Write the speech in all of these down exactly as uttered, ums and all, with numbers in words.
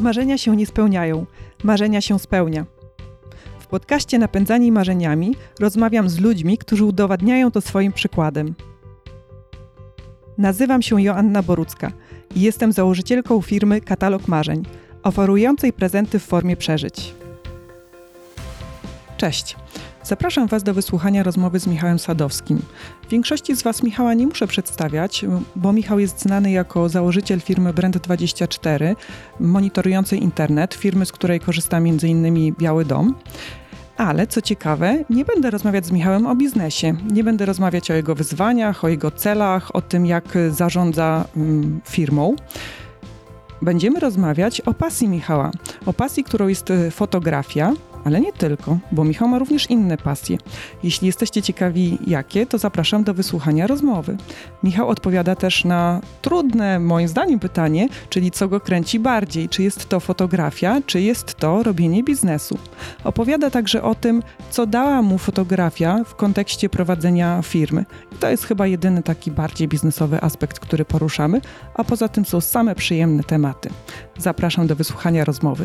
Marzenia się nie spełniają, marzenia się spełnia. W podcaście Napędzani marzeniami rozmawiam z ludźmi, którzy udowadniają to swoim przykładem. Nazywam się Joanna Borucka i jestem założycielką firmy Katalog Marzeń, oferującej prezenty w formie przeżyć. Cześć! Zapraszam Was do wysłuchania rozmowy z Michałem Sadowskim. Większości z Was Michała nie muszę przedstawiać, bo Michał jest znany jako założyciel firmy Brand dwadzieścia cztery, monitorującej internet, firmy, z której korzysta między innymi Biały Dom. Ale co ciekawe, nie będę rozmawiać z Michałem o biznesie. Nie będę rozmawiać o jego wyzwaniach, o jego celach, o tym, jak zarządza mm, firmą. Będziemy rozmawiać o pasji Michała. O pasji, którą jest fotografia, ale nie tylko, bo Michał ma również inne pasje. Jeśli jesteście ciekawi jakie, to zapraszam do wysłuchania rozmowy. Michał odpowiada też na trudne, moim zdaniem, pytanie, czyli co go kręci bardziej, czy jest to fotografia, czy jest to robienie biznesu. Opowiada także o tym, co dała mu fotografia w kontekście prowadzenia firmy. I to jest chyba jedyny taki bardziej biznesowy aspekt, który poruszamy, a poza tym są same przyjemne tematy. Zapraszam do wysłuchania rozmowy.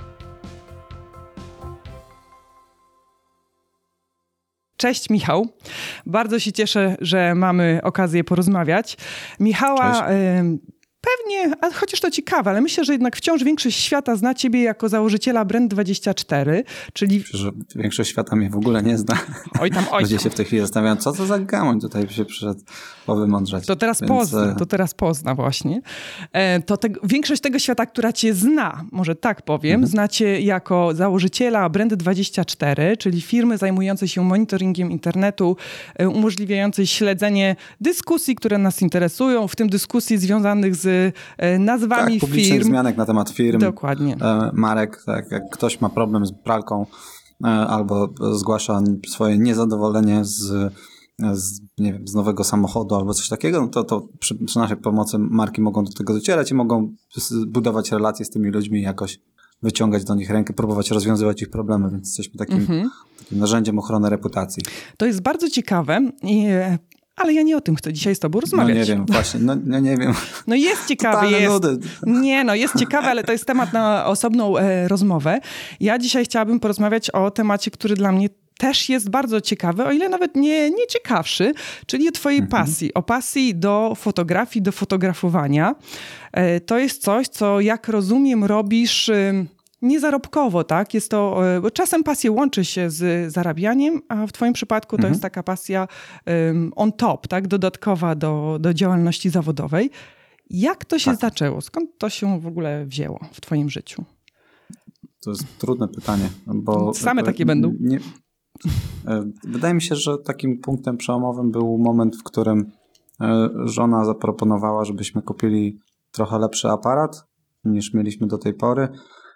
Cześć Michał, bardzo się cieszę, że mamy okazję porozmawiać. Michała, y, pewnie, a chociaż to ciekawe, ale myślę, że jednak wciąż większość świata zna Ciebie jako założyciela Brand dwadzieścia cztery, czyli... Myślę, że większość świata mnie w ogóle nie zna. Oj tam, oj tam. Ludzie się w tej chwili zastanawiają, co to za gamoń tutaj się przyszedł powymądrzać. To teraz Więc... pozna, to teraz pozna właśnie. E, to te, większość tego świata, która Cię zna, może tak powiem, mhm. zna Cię jako założyciela Brand dwadzieścia cztery, czyli firmy zajmującej się monitoringiem internetu, e, umożliwiającej śledzenie dyskusji, które nas interesują, w tym dyskusji związanych z e, nazwami tak, publicznych firm. wzmianek na temat firm. Dokładnie. E, marek, tak, jak ktoś ma problem z pralką e, albo zgłasza swoje niezadowolenie z Z, nie wiem, z nowego samochodu albo coś takiego, no to, to przy, przy naszej pomocy marki mogą do tego docierać i mogą budować relacje z tymi ludźmi i jakoś wyciągać do nich rękę, próbować rozwiązywać ich problemy, więc jesteśmy takim, mm-hmm. takim narzędziem ochrony reputacji. To jest bardzo ciekawe, i, ale ja nie o tym chcę dzisiaj z Tobą rozmawiać. No nie wiem, właśnie, no, no nie wiem. No jest ciekawe. Jest, nudy. Nie, no jest ciekawe, ale to jest temat na osobną e, rozmowę. Ja dzisiaj chciałabym porozmawiać o temacie, który dla mnie też jest bardzo ciekawy, o ile nawet nie, nie ciekawszy, czyli o Twojej mhm. pasji, o pasji do fotografii, do fotografowania. To jest coś, co jak rozumiem robisz niezarobkowo, tak? Jest to, bo czasem pasja łączy się z zarabianiem, a w Twoim przypadku to mhm. jest taka pasja on top, tak? Dodatkowa do, do działalności zawodowej. Jak to się tak. zaczęło? Skąd to się w ogóle wzięło w Twoim życiu? To jest trudne pytanie, bo... Same takie będą. Nie... Wydaje mi się, że takim punktem przełomowym był moment, w którym żona zaproponowała, żebyśmy kupili trochę lepszy aparat niż mieliśmy do tej pory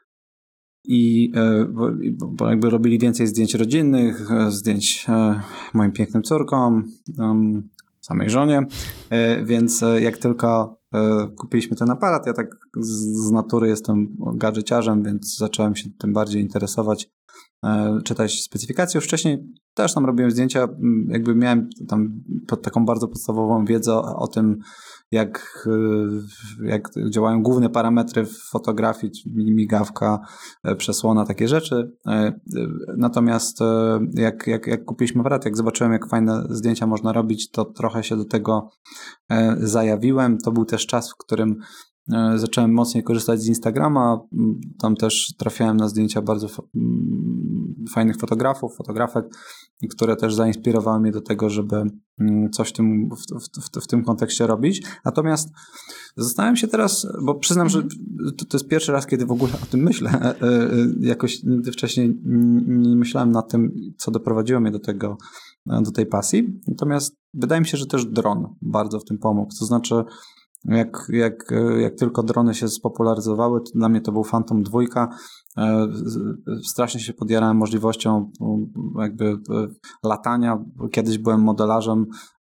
i bo jakby robili więcej zdjęć rodzinnych, zdjęć moim pięknym córkom, samej żonie, więc jak tylko kupiliśmy ten aparat, ja tak z natury jestem gadżeciarzem, więc zacząłem się tym bardziej interesować, czytać specyfikacje. Już wcześniej też tam robiłem zdjęcia, jakby miałem tam pod taką bardzo podstawową wiedzę o, o tym, jak, jak działają główne parametry w fotografii, czyli migawka, przesłona, takie rzeczy. Natomiast jak, jak, jak kupiliśmy aparat, jak zobaczyłem, jak fajne zdjęcia można robić, to trochę się do tego zajawiłem. To był też czas, w którym zacząłem mocniej korzystać z Instagrama. Tam też trafiałem na zdjęcia bardzo fajnych fotografów, fotografek, które też zainspirowały mnie do tego, żeby coś w tym, w, w, w tym kontekście robić. Natomiast zastanawiam się teraz, bo przyznam, mm-hmm. że to, to jest pierwszy raz, kiedy w ogóle o tym myślę. Jakoś nigdy wcześniej nie myślałem nad tym, co doprowadziło mnie do tego, do tej pasji. Natomiast wydaje mi się, że też dron bardzo w tym pomógł. To znaczy Jak, jak, jak tylko drony się spopularyzowały, to dla mnie to był Phantom dwa. Strasznie się podjarałem możliwością jakby latania. Kiedyś byłem modelarzem,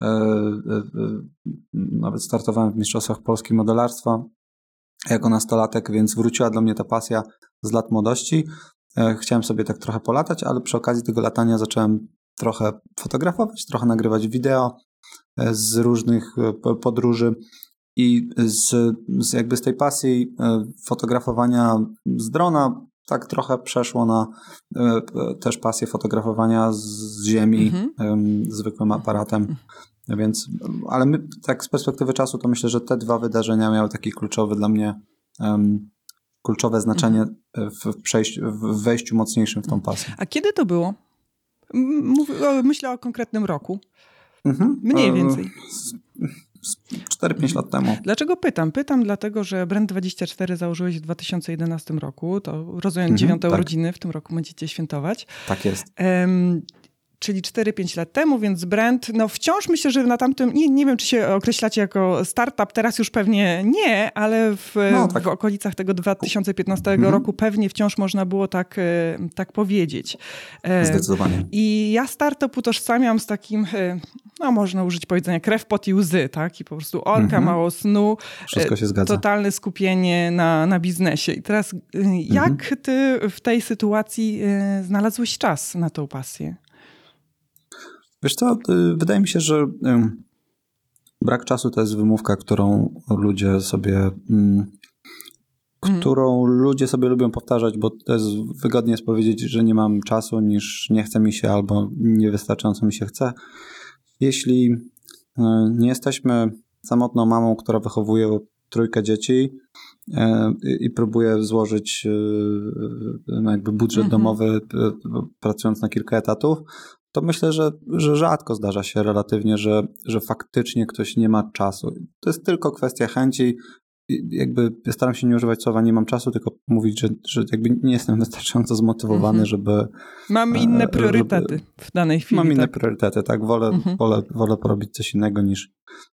nawet startowałem w Mistrzostwach Polski modelarstwa jako nastolatek, więc wróciła do mnie ta pasja z lat młodości. Chciałem sobie tak trochę polatać, ale przy okazji tego latania zacząłem trochę fotografować, trochę nagrywać wideo z różnych podróży. i z, z jakby z tej pasji fotografowania z drona tak trochę przeszło na też pasję fotografowania z ziemi mhm. zwykłym aparatem. Mhm. Więc, ale my, tak z perspektywy czasu to myślę, że te dwa wydarzenia miały taki kluczowy dla mnie um, kluczowe znaczenie w, przejściu, w wejściu mocniejszym w tą pasję. A kiedy to było? Mów, myślę o konkretnym roku. Mhm. Mniej więcej. cztery pięć lat temu. Dlaczego pytam? Pytam dlatego, że Brand dwadzieścia cztery założyłeś w dwa tysiące jedenastym roku. To rozumiem mhm, dziewiąte tak. urodziny w tym roku będziecie świętować. Tak jest. Um, czyli cztery pięć lat temu, więc Brand, no wciąż myślę, że na tamtym, nie, nie wiem, czy się określacie jako startup, teraz już pewnie nie, ale w, no, tak. w okolicach tego dwa tysiące piętnastego mhm. roku pewnie wciąż można było tak, tak powiedzieć. Zdecydowanie. I ja startup utożsamiam z takim, no można użyć powiedzenia, krew, pot i łzy, tak? I po prostu orka, mhm. mało snu. Wszystko się zgadza. Totalne skupienie na, na biznesie. I teraz jak mhm. ty w tej sytuacji znalazłeś czas na tą pasję? Wiesz co, wydaje mi się, że brak czasu to jest wymówka, którą ludzie sobie mm, którą mm. ludzie sobie lubią powtarzać, bo to jest wygodnie jest powiedzieć, że nie mam czasu, niż nie chce mi się albo niewystarczająco mi się chce. Jeśli nie jesteśmy samotną mamą, która wychowuje trójkę dzieci i próbuje złożyć jakby budżet mm-hmm. domowy pracując na kilka etatów, to myślę, że, że rzadko zdarza się relatywnie, że, że faktycznie ktoś nie ma czasu. To jest tylko kwestia chęci. Jakby staram się nie używać słowa nie mam czasu, tylko mówić, że, że jakby nie jestem wystarczająco zmotywowany, mm-hmm. żeby... Mam inne priorytety żeby, w danej chwili. Mam tak? inne priorytety, tak. Wolę, mm-hmm. wolę, wolę porobić coś innego niż,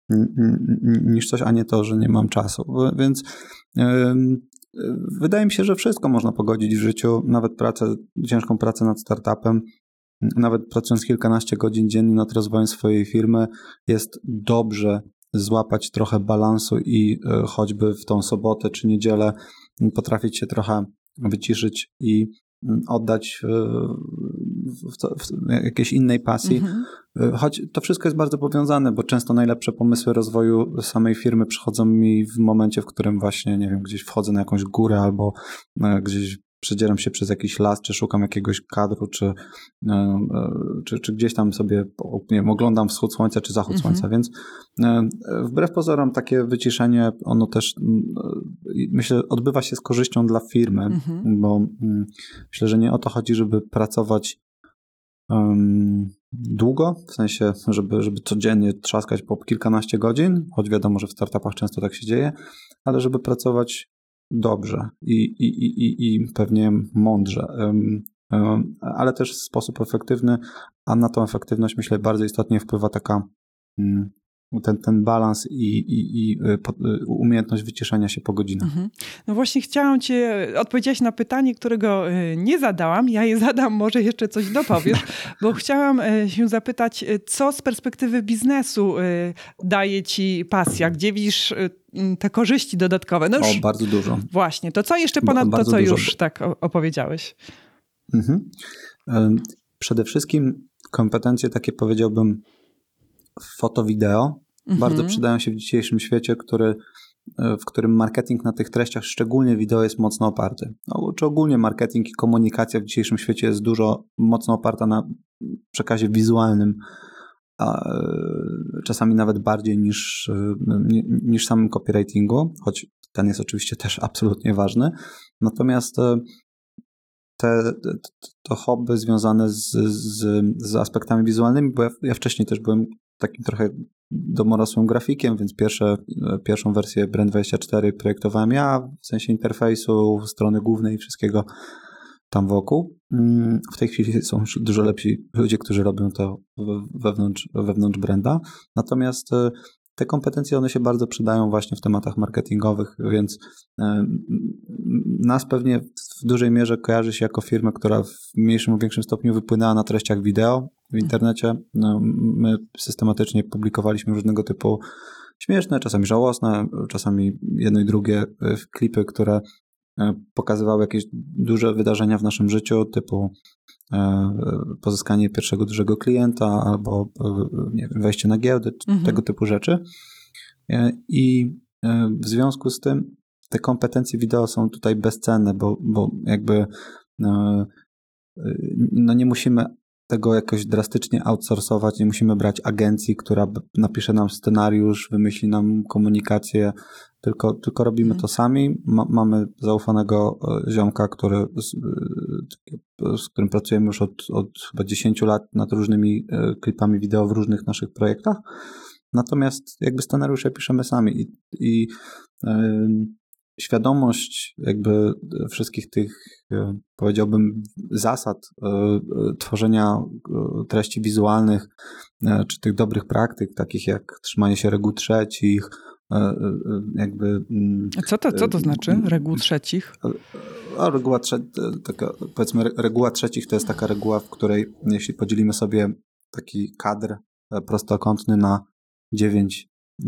niż coś, a nie to, że nie mam czasu. Więc yy, wydaje mi się, że wszystko można pogodzić w życiu, nawet pracę, ciężką pracę nad startupem. Nawet pracując kilkanaście godzin dziennie nad rozwojem swojej firmy, jest dobrze złapać trochę balansu i choćby w tą sobotę czy niedzielę potrafić się trochę wyciszyć i oddać w, to, w jakiejś innej pasji. Mhm. Choć to wszystko jest bardzo powiązane, bo często najlepsze pomysły rozwoju samej firmy przychodzą mi w momencie, w którym właśnie, nie wiem, gdzieś wchodzę na jakąś górę albo gdzieś przedzieram się przez jakiś las, czy szukam jakiegoś kadru, czy, czy, czy gdzieś tam sobie nie wiem, oglądam wschód słońca, czy zachód mm-hmm. słońca, więc wbrew pozorom takie wyciszenie, ono też myślę odbywa się z korzyścią dla firmy, mm-hmm. bo myślę, że nie o to chodzi, żeby pracować um, długo, w sensie, żeby, żeby codziennie trzaskać po kilkanaście godzin, choć wiadomo, że w startupach często tak się dzieje, ale żeby pracować dobrze i, i, i, i pewnie mądrze, um, um, ale też w sposób efektywny, a na tą efektywność myślę bardzo istotnie wpływa taka um, ten, ten balans i, i, i umiejętność wyciszenia się po godzinach. Mhm. No właśnie chciałam cię odpowiedzieć na pytanie, którego nie zadałam. Ja je zadam, może jeszcze coś dopowiesz, bo chciałam się zapytać, co z perspektywy biznesu daje ci pasja? Gdzie widzisz te korzyści dodatkowe? No już, o, bardzo dużo. Właśnie, to co jeszcze ponad to, co dużo. już tak opowiedziałeś? Mhm. Przede wszystkim kompetencje takie, powiedziałbym, foto-wideo mhm. bardzo przydają się w dzisiejszym świecie, który, w którym marketing na tych treściach, szczególnie wideo, jest mocno oparty. No, czy ogólnie marketing i komunikacja w dzisiejszym świecie jest dużo mocno oparta na przekazie wizualnym, a czasami nawet bardziej niż, niż samym copywritingu, choć ten jest oczywiście też absolutnie ważny. Natomiast te, to hobby związane z, z, z aspektami wizualnymi, bo ja, ja wcześniej też byłem takim trochę domorosłym grafikiem, więc pierwsze, pierwszą wersję Brand dwadzieścia cztery projektowałem ja, w sensie interfejsu, strony głównej i wszystkiego tam wokół. W tej chwili są już dużo lepsi ludzie, którzy robią to wewnątrz, wewnątrz branda. Natomiast te kompetencje, one się bardzo przydają właśnie w tematach marketingowych, więc nas pewnie w dużej mierze kojarzy się jako firmę, która w mniejszym lub większym stopniu wypłynęła na treściach wideo w internecie. No, my systematycznie publikowaliśmy różnego typu śmieszne, czasami żałosne, czasami jedno i drugie klipy, które pokazywały jakieś duże wydarzenia w naszym życiu, typu pozyskanie pierwszego dużego klienta albo nie wiem, wejście na giełdę, mhm. tego typu rzeczy. I w związku z tym te kompetencje wideo są tutaj bezcenne, bo, bo jakby no nie musimy tego jakoś drastycznie outsourcować, nie musimy brać agencji, która napisze nam scenariusz, wymyśli nam komunikację, tylko, tylko robimy to sami. Ma, mamy zaufanego ziomka, który, z, z którym pracujemy już od, od chyba dziesięciu lat nad różnymi klipami wideo w różnych naszych projektach. Natomiast jakby scenariusze piszemy sami i, i yy, świadomość jakby wszystkich tych, powiedziałbym, zasad tworzenia treści wizualnych, czy tych dobrych praktyk, takich jak trzymanie się reguł trzecich, jakby... Co to, co to znaczy reguł trzecich? A reguła, trze- taka, powiedzmy, reguła trzecich to jest taka reguła, w której jeśli podzielimy sobie taki kadr prostokątny na dziewięć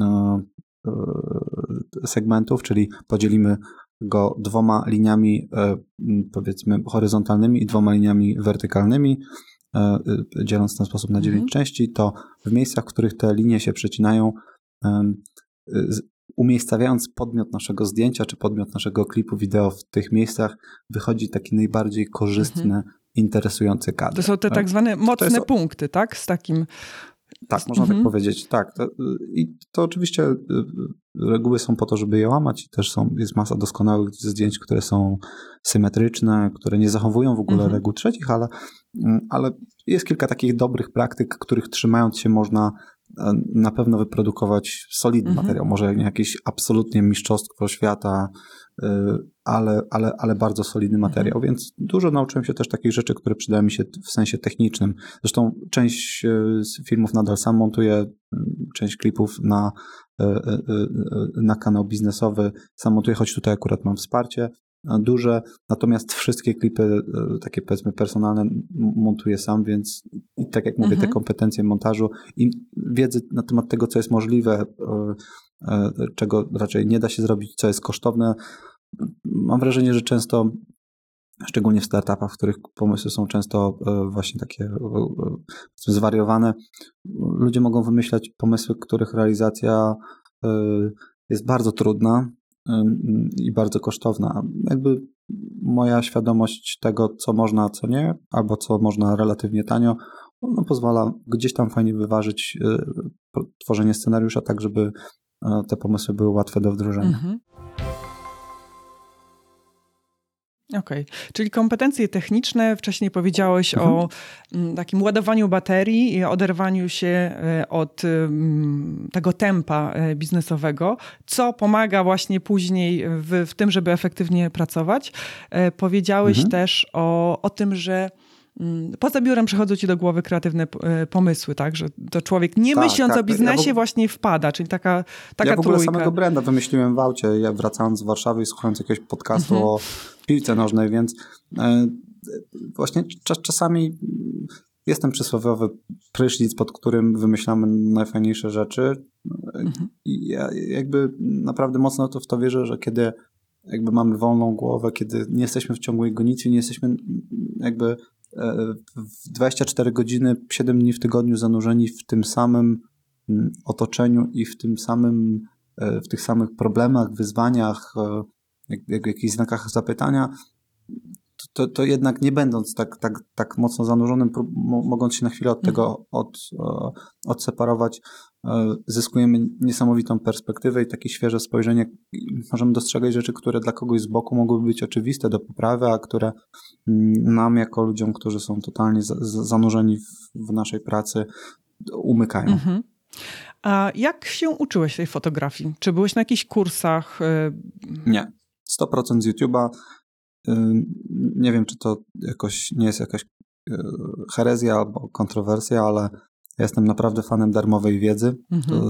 segmentów, czyli podzielimy go dwoma liniami, powiedzmy, horyzontalnymi i dwoma liniami wertykalnymi, dzieląc w ten sposób na dziewięć mhm. części, to w miejscach, w których te linie się przecinają, umiejscawiając podmiot naszego zdjęcia czy podmiot naszego klipu wideo w tych miejscach, wychodzi taki najbardziej korzystny, mhm. interesujący kadr. To są te tak zwane mocne jest... punkty, tak? Z takim... Tak, można mhm. tak powiedzieć, tak. To, I to oczywiście reguły są po to, żeby je łamać. Też są, jest masa doskonałych zdjęć, które są symetryczne, które nie zachowują w ogóle mhm. reguł trzecich, ale, ale jest kilka takich dobrych praktyk, których trzymając się można na pewno wyprodukować solidny mhm. materiał. Może nie jakieś absolutnie mistrzostwo świata, ale, ale, ale bardzo solidny materiał, mhm. więc dużo nauczyłem się też takich rzeczy, które przydały mi się w sensie technicznym. Zresztą część z filmów nadal sam montuję, część klipów na, na kanał biznesowy sam montuję, choć tutaj akurat mam wsparcie duże, natomiast wszystkie klipy takie, powiedzmy, personalne montuję sam, więc i tak jak mówię, mhm. te kompetencje montażu i wiedzy na temat tego, co jest możliwe, czego raczej nie da się zrobić, co jest kosztowne. Mam wrażenie, że często, szczególnie w startupach, w których pomysły są często właśnie takie zwariowane, ludzie mogą wymyślać pomysły, których realizacja jest bardzo trudna i bardzo kosztowna. Jakby moja świadomość tego, co można, a co nie, albo co można relatywnie tanio, no pozwala gdzieś tam fajnie wyważyć tworzenie scenariusza tak, żeby te pomysły były łatwe do wdrożenia. Mhm. Okej, okay. Czyli kompetencje techniczne, wcześniej powiedziałeś mhm. o m, takim ładowaniu baterii i oderwaniu się od m, tego tempa biznesowego, co pomaga właśnie później w, w tym, żeby efektywnie pracować. E, powiedziałeś mhm. też o, o tym, że m, poza biurem przychodzą ci do głowy kreatywne p- pomysły, tak? Że to człowiek nie tak, myśląc tak. o biznesie ja w... właśnie wpada, czyli taka, taka Ja w ogóle trójka. samego branda wymyśliłem w aucie, ja wracając z Warszawy i słuchając jakiegoś podcastu mhm. o piłce nożnej, więc e, właśnie czas, czasami jest ten przysłowiowy prysznic, pod którym wymyślamy najfajniejsze rzeczy mhm. i ja jakby naprawdę mocno to w to wierzę, że kiedy jakby mamy wolną głowę, kiedy nie jesteśmy w ciągłej gonicy, nie jesteśmy jakby e, w dwadzieścia cztery godziny, siedem dni w tygodniu zanurzeni w tym samym otoczeniu i w tym samym, e, w tych samych problemach, wyzwaniach, e, jak w jakichś znakach zapytania, to, to jednak nie będąc tak, tak, tak mocno zanurzonym, mogąc się na chwilę od tego od, odseparować, zyskujemy niesamowitą perspektywę i takie świeże spojrzenie. Możemy dostrzegać rzeczy, które dla kogoś z boku mogłyby być oczywiste do poprawy, a które nam jako ludziom, którzy są totalnie zanurzeni w, w naszej pracy, umykają. Mhm. A jak się uczyłeś tej fotografii? Czy byłeś na jakichś kursach? Nie. sto procent z YouTube'a. Nie wiem, czy to jakoś nie jest jakaś herezja albo kontrowersja, ale ja jestem naprawdę fanem darmowej wiedzy. Mhm.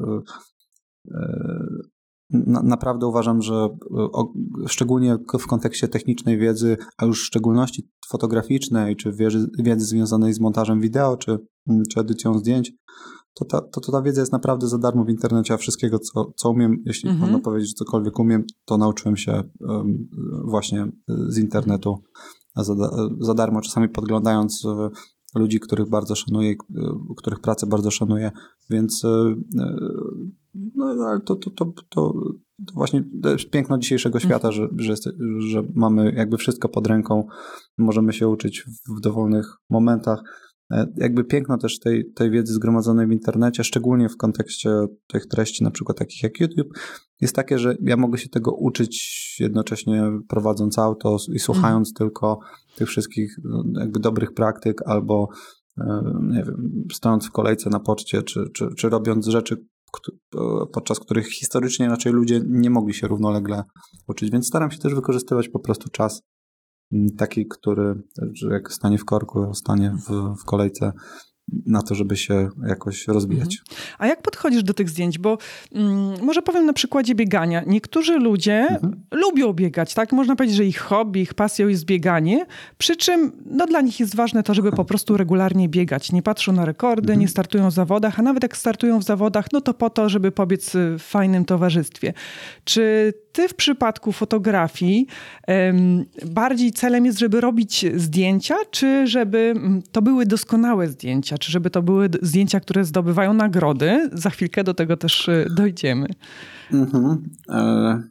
Na, naprawdę uważam, że o, szczególnie w kontekście technicznej wiedzy, a już w szczególności fotograficznej, czy wiedzy, wiedzy związanej z montażem wideo, czy, czy edycją zdjęć, to ta, to, to ta wiedza jest naprawdę za darmo w internecie, a wszystkiego, co, co umiem, jeśli mhm. można powiedzieć, że cokolwiek umiem, to nauczyłem się um, właśnie z internetu za, za darmo, czasami podglądając um, ludzi, których bardzo szanuję, których pracę bardzo szanuję, więc um, no ale to, to, to, to, to właśnie to jest piękno dzisiejszego świata, że, że, jest, że mamy jakby wszystko pod ręką, możemy się uczyć w dowolnych momentach. Jakby piękno też tej, tej wiedzy zgromadzonej w internecie, szczególnie w kontekście tych treści, na przykład takich jak YouTube, jest takie, że ja mogę się tego uczyć jednocześnie prowadząc auto i słuchając mm. tylko tych wszystkich jakby dobrych praktyk albo nie wiem, stojąc w kolejce na poczcie, czy, czy, czy robiąc rzeczy, podczas których historycznie raczej ludzie nie mogli się równolegle uczyć, więc staram się też wykorzystywać po prostu czas taki, który jak stanie w korku, stanie w, w kolejce na to, żeby się jakoś rozwijać. Mhm. A jak podchodzisz do tych zdjęć? Bo mm, może powiem na przykładzie biegania. Niektórzy ludzie mhm. lubią biegać, tak? Można powiedzieć, że ich hobby, ich pasją jest bieganie, przy czym no, dla nich jest ważne to, żeby po prostu regularnie biegać. Nie patrzą na rekordy, mhm. nie startują w zawodach, a nawet jak startują w zawodach, no to po to, żeby pobiec w fajnym towarzystwie. Czy ty w przypadku fotografii um, bardziej celem jest, żeby robić zdjęcia, czy żeby to były doskonałe zdjęcia, czy żeby to były zdjęcia, które zdobywają nagrody? Za chwilkę do tego też dojdziemy. Mhm. E...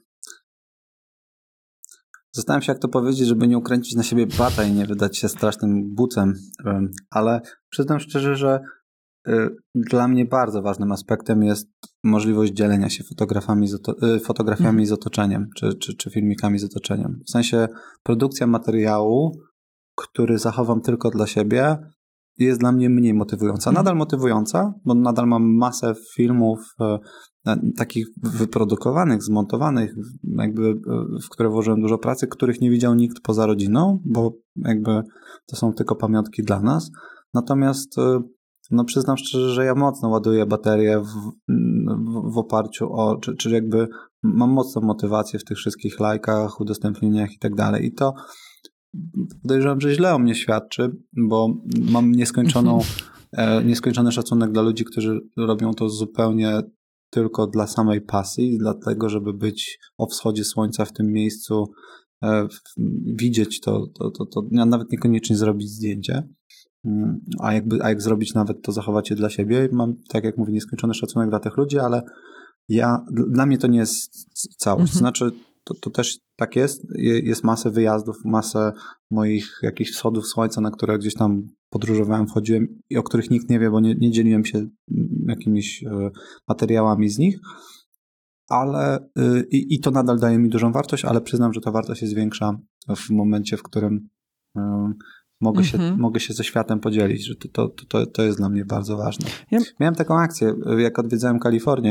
Zastanawiam się, jak to powiedzieć, żeby nie ukręcić na siebie bata i nie wydać się strasznym bucem, ale przyznam szczerze, że dla mnie bardzo ważnym aspektem jest możliwość dzielenia się fotografami z, oto- fotografiami mhm. z otoczeniem, czy, czy, czy filmikami z otoczeniem. W sensie produkcja materiału, który zachowam tylko dla siebie, jest dla mnie mniej motywująca. Nadal motywująca, bo nadal mam masę filmów e, takich wyprodukowanych, zmontowanych, jakby, w które włożyłem dużo pracy, których nie widział nikt poza rodziną, bo jakby to są tylko pamiątki dla nas. Natomiast e, no przyznam szczerze, że ja mocno ładuję baterię w, w, w oparciu o, czy, czy jakby mam mocną motywację w tych wszystkich lajkach, udostępnieniach i tak dalej. I to podejrzewam, że źle o mnie świadczy, bo mam nieskończoną, e, nieskończony szacunek dla ludzi, którzy robią to zupełnie tylko dla samej pasji, dlatego, żeby być o wschodzie słońca w tym miejscu, e, w, widzieć to, to, to, to, nawet niekoniecznie zrobić zdjęcie. A, jakby, a jak zrobić nawet, to zachować je dla siebie. Mam, tak jak mówię, nieskończony szacunek dla tych ludzi, ale ja, dla mnie to nie jest całość. Mhm. Znaczy, to, to też tak jest. Jest masę wyjazdów, masę moich jakichś wschodów słońca, na które gdzieś tam podróżowałem, wchodziłem i o których nikt nie wie, bo nie, nie dzieliłem się jakimiś materiałami z nich. Ale i, i to nadal daje mi dużą wartość, ale przyznam, że ta wartość jest większa w momencie, w którym Mogę, się, mm-hmm. mogę się ze światem podzielić, że to, to, to, to jest dla mnie bardzo ważne. Ja... Miałem taką akcję, jak odwiedzałem Kalifornię,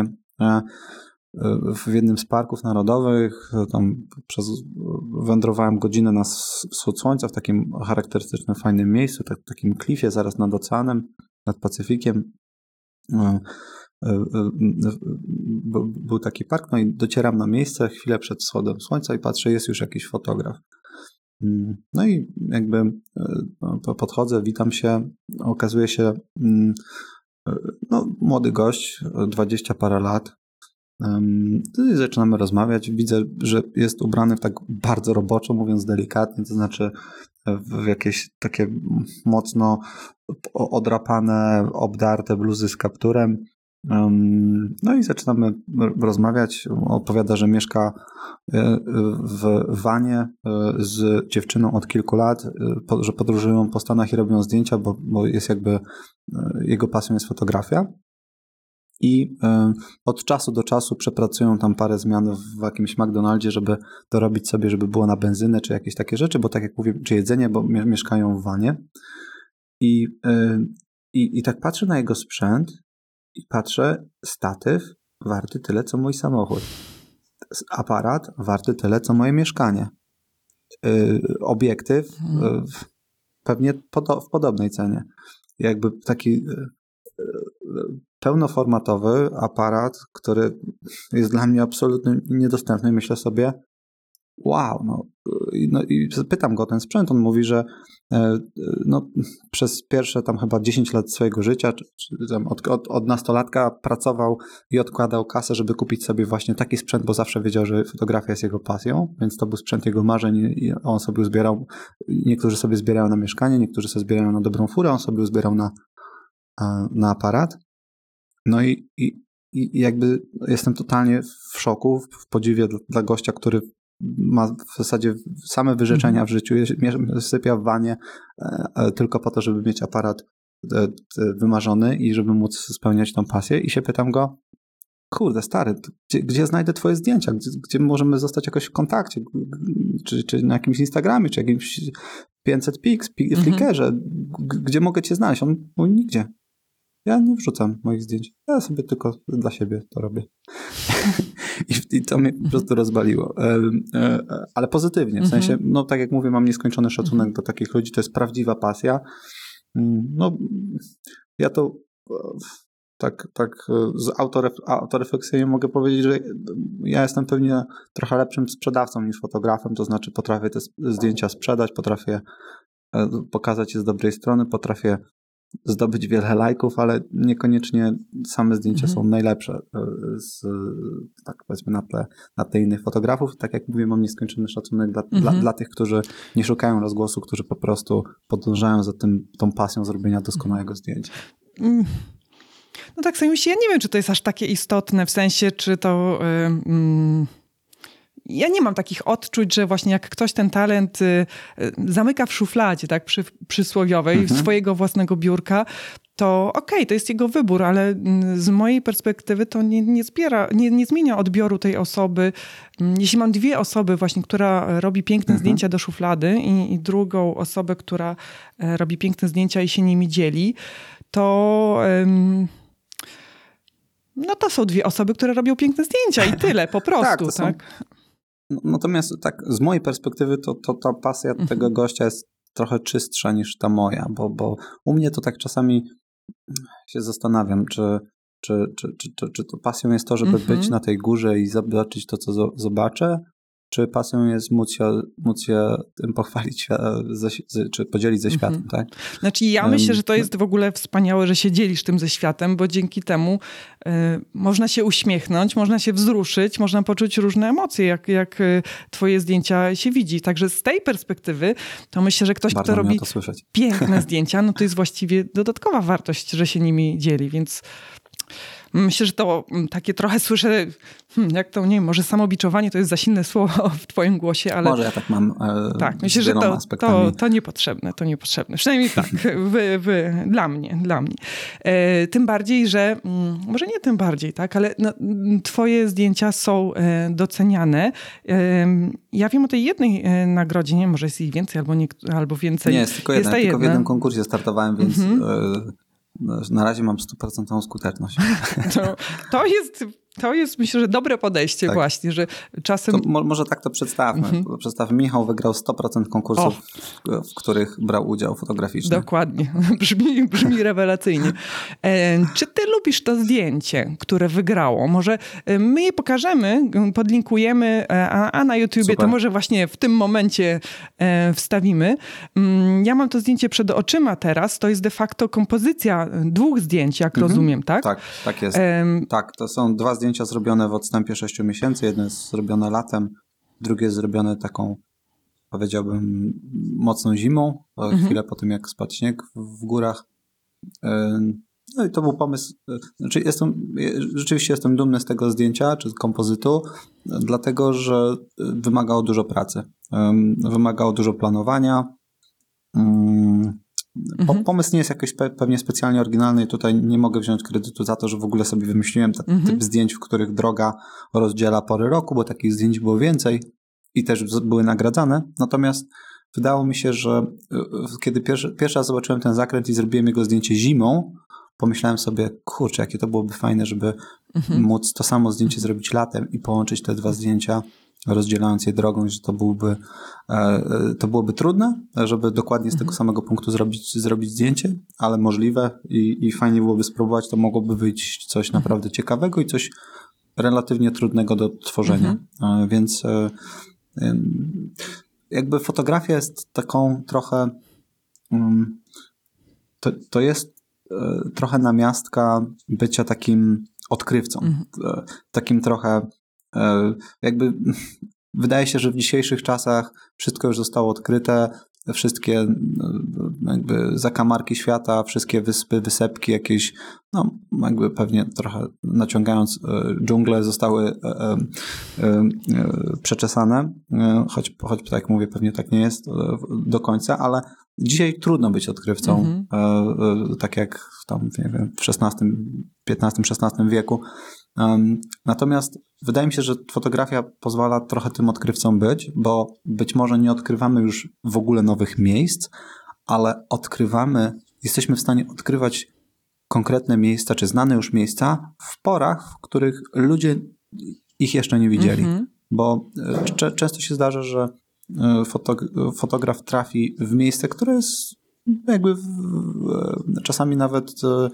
w jednym z parków narodowych, tam przez, wędrowałem godzinę na wschód słońca w takim charakterystycznym, fajnym miejscu, tak, takim klifie zaraz nad oceanem, nad Pacyfikiem. Był taki park, no i docieram na miejsce chwilę przed wschodem słońca i patrzę, jest już jakiś fotograf. No i jakby podchodzę, witam się, okazuje się no, młody gość, dwadzieścia parę lat. I zaczynamy rozmawiać. Widzę, że jest ubrany w tak bardzo roboczo, mówiąc delikatnie, to znaczy w jakieś takie mocno odrapane, obdarte bluzy z kapturem. No i zaczynamy rozmawiać. Opowiada, że mieszka w vanie z dziewczyną od kilku lat, że podróżują po Stanach i robią zdjęcia, bo, bo jest jakby jego pasją jest fotografia. I od czasu do czasu przepracują tam parę zmian w jakimś McDonaldzie, żeby dorobić sobie, żeby było na benzynę czy jakieś takie rzeczy, bo tak jak mówię, czy jedzenie, bo mieszkają w vanie. I, i, i tak patrzę na jego sprzęt i patrzę, statyw warty tyle, co mój samochód. Aparat warty tyle, co moje mieszkanie. Yy, obiektyw yy, pewnie podo- w podobnej cenie. Jakby taki yy, yy, pełnoformatowy aparat, który jest dla mnie absolutnie niedostępny. Myślę sobie, wow, no, no i pytam go o ten sprzęt. On mówi, że no, przez pierwsze tam chyba dziesięć lat swojego życia, czy, czy tam od, od, od nastolatka pracował i odkładał kasę, żeby kupić sobie właśnie taki sprzęt, bo zawsze wiedział, że fotografia jest jego pasją, więc to był sprzęt jego marzeń i on sobie uzbierał. Niektórzy sobie zbierają na mieszkanie, niektórzy sobie zbierają na dobrą furę, on sobie uzbierał na, na aparat. No i, i i jakby jestem totalnie w szoku, w podziwie dla, dla gościa, który ma w zasadzie same wyrzeczenia w życiu, sypia w wanie tylko po to, żeby mieć aparat wymarzony i żeby móc spełniać tą pasję i się pytam go, kurde stary, gdzie, gdzie znajdę twoje zdjęcia, gdzie, gdzie możemy zostać jakoś w kontakcie, czy, czy na jakimś Instagramie, czy jakimś pięćset piks, w Flickrze, gdzie mogę cię znaleźć? On mówi, nigdzie. Ja nie wrzucam moich zdjęć. Ja sobie tylko dla siebie to robię. I, I to mnie po prostu rozbaliło. Ale pozytywnie. W sensie, no tak jak mówię, mam nieskończony szacunek do takich ludzi. To jest prawdziwa pasja. No, ja to tak, tak z autoref- autorefleksyjnie mogę powiedzieć, że ja jestem pewnie trochę lepszym sprzedawcą niż fotografem. To znaczy potrafię te zdjęcia sprzedać, potrafię pokazać je z dobrej strony, potrafię zdobyć wiele lajków, ale niekoniecznie same zdjęcia mhm. są najlepsze z, tak powiedzmy na tle, na tle innych fotografów. Tak jak mówię, mam nieskończony szacunek dla, mhm. dla, dla tych, którzy nie szukają rozgłosu, którzy po prostu podążają za tym, tą pasją zrobienia doskonałego zdjęcia. No tak sobie myślę, ja nie wiem, czy to jest aż takie istotne, w sensie, czy to... Yy, yy... Ja nie mam takich odczuć, że właśnie jak ktoś ten talent y, y, zamyka w szufladzie, tak, przy, przysłowiowej, mhm. swojego własnego biurka, to okej, okay, to jest jego wybór, ale y, z mojej perspektywy to nie, nie, zbiera, nie, nie zmienia odbioru tej osoby. Y, jeśli mam dwie osoby właśnie, która robi piękne mhm. zdjęcia do szuflady i, i drugą osobę, która y, robi piękne zdjęcia i się nimi dzieli, to... Y, no to są dwie osoby, które robią piękne zdjęcia i tyle, po prostu, tak? tak? Są... Natomiast tak, z mojej perspektywy to, to ta pasja mhm. tego gościa jest trochę czystsza niż ta moja, bo, bo u mnie to tak czasami się zastanawiam, czy, czy, czy, czy, czy, czy to pasją jest to, żeby mhm. być na tej górze i zobaczyć to, co zo- zobaczę, czy pasją jest móc się, móc się tym pochwalić, ze, z, czy podzielić ze światem, mhm. tak? Znaczy ja um, myślę, że to jest w ogóle wspaniałe, że się dzielisz tym ze światem, bo dzięki temu y, można się uśmiechnąć, można się wzruszyć, można poczuć różne emocje, jak, jak y, twoje zdjęcia się widzi. Także z tej perspektywy to myślę, że ktoś, Bardzo kto robi piękne zdjęcia, no to jest właściwie dodatkowa wartość, że się nimi dzieli, więc... Myślę, że to takie trochę słyszę, hmm, jak to, nie wiem, może samobiczowanie to jest za silne słowo w twoim głosie, ale... Może ja tak mam e, tak, myślę, że to, to, to niepotrzebne, to niepotrzebne. Przynajmniej tak, wy, wy, dla mnie, dla mnie. E, tym bardziej, że, m, może nie tym bardziej, tak, ale no, twoje zdjęcia są e, doceniane. E, ja wiem o tej jednej e, nagrodzie, nie, może jest ich więcej albo, nie, albo więcej. Nie, jest tylko jedna, jest ja tylko jedna. W jednym konkursie startowałem, więc... Mhm. E, Na razie mam stuprocentową skuteczność. To, to, jest, to jest, myślę, że dobre podejście tak. właśnie, że czasem... To mo- może tak to przedstawmy. Mhm. Przedstawmy. Michał wygrał sto procent konkursów, w, w których brał udział fotograficzny. Dokładnie. Brzmi, brzmi rewelacyjnie. E, czy ty lubisz to zdjęcie, które wygrało? Może my je pokażemy, podlinkujemy, a, a na YouTubie Super. To może właśnie w tym momencie e, wstawimy. Ja mam to zdjęcie przed oczyma teraz. To jest de facto kompozycja dwóch zdjęć, jak mhm. rozumiem, tak? Tak, tak jest. E, tak, to są dwa zdjęcia zrobione w odstępie sześciu miesięcy. Jedno jest zrobione latem, drugie jest zrobione taką, powiedziałbym, mocną zimą, mhm. chwilę po tym, jak spadł śnieg w górach. No i to był pomysł. Znaczy jestem, rzeczywiście jestem dumny z tego zdjęcia, czy z kompozytu, dlatego, że wymagało dużo pracy. Wymagało dużo planowania. Mhm. Pomysł nie jest jakoś pe- pewnie specjalnie oryginalny i tutaj nie mogę wziąć kredytu za to, że w ogóle sobie wymyśliłem ten mhm. typ zdjęć, w których droga rozdziela pory roku, bo takich zdjęć było więcej i też były nagradzane. Natomiast wydało mi się, że kiedy pierwszy, pierwszy raz zobaczyłem ten zakręt i zrobiłem jego zdjęcie zimą, pomyślałem sobie, kurczę, jakie to byłoby fajne, żeby mhm. móc to samo zdjęcie zrobić latem i połączyć te dwa zdjęcia, rozdzielając je drogą, że to byłoby, to byłoby trudne, żeby dokładnie z tego samego punktu zrobić, zrobić zdjęcie, ale możliwe i, i fajnie byłoby spróbować, to mogłoby wyjść coś naprawdę ciekawego i coś relatywnie trudnego do tworzenia. Mhm. Więc jakby fotografia jest taką trochę, to, to jest trochę namiastka bycia takim odkrywcą, mhm. takim trochę jakby wydaje się, że w dzisiejszych czasach wszystko już zostało odkryte, wszystkie jakby zakamarki świata, wszystkie wyspy, wysepki jakieś, no jakby pewnie trochę naciągając dżunglę, zostały e, e, e, przeczesane, choć, choć tak jak mówię, pewnie tak nie jest do końca, ale dzisiaj trudno być odkrywcą, mm-hmm. e, e, tak jak w tam, nie wiem, w szesnastym, piętnastym, szesnastym wieku. Um, natomiast wydaje mi się, że fotografia pozwala trochę tym odkrywcom być, bo być może nie odkrywamy już w ogóle nowych miejsc, ale odkrywamy, jesteśmy w stanie odkrywać konkretne miejsca, czy znane już miejsca w porach, w których ludzie ich jeszcze nie widzieli. Mm-hmm. Bo cze- często się zdarza, że fotog- fotograf trafi w miejsce, które jest jakby w, czasami nawet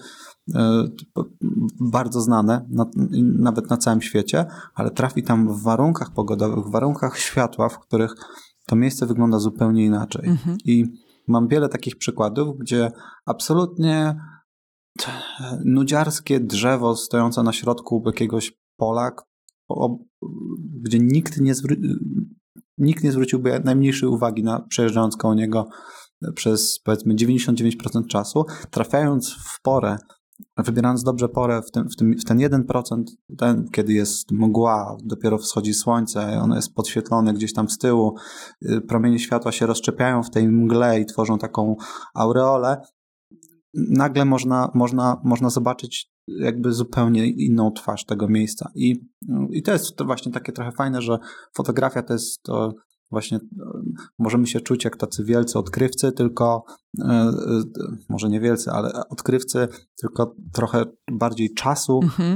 bardzo znane, na, nawet na całym świecie, ale trafi tam w warunkach pogodowych, w warunkach światła, w których to miejsce wygląda zupełnie inaczej. Mhm. I mam wiele takich przykładów, gdzie absolutnie nudziarskie drzewo stojące na środku jakiegoś pola, gdzie nikt nie, zwró- nikt nie zwróciłby najmniejszej uwagi na przejeżdżając koło niego przez powiedzmy dziewięćdziesiąt dziewięć procent czasu, trafiając w porę, wybierając dobrze porę w, tym, w, tym, w ten jeden procent, ten, kiedy jest mgła, dopiero wschodzi słońce, ono jest podświetlone gdzieś tam z tyłu, promienie światła się rozszczepiają w tej mgle i tworzą taką aureolę, nagle można, można, można zobaczyć jakby zupełnie inną twarz tego miejsca. I, i to jest to właśnie takie trochę fajne, że fotografia to jest to właśnie, możemy się czuć jak tacy wielcy odkrywcy, tylko może nie wielcy, ale odkrywcy, tylko trochę bardziej czasu, mhm.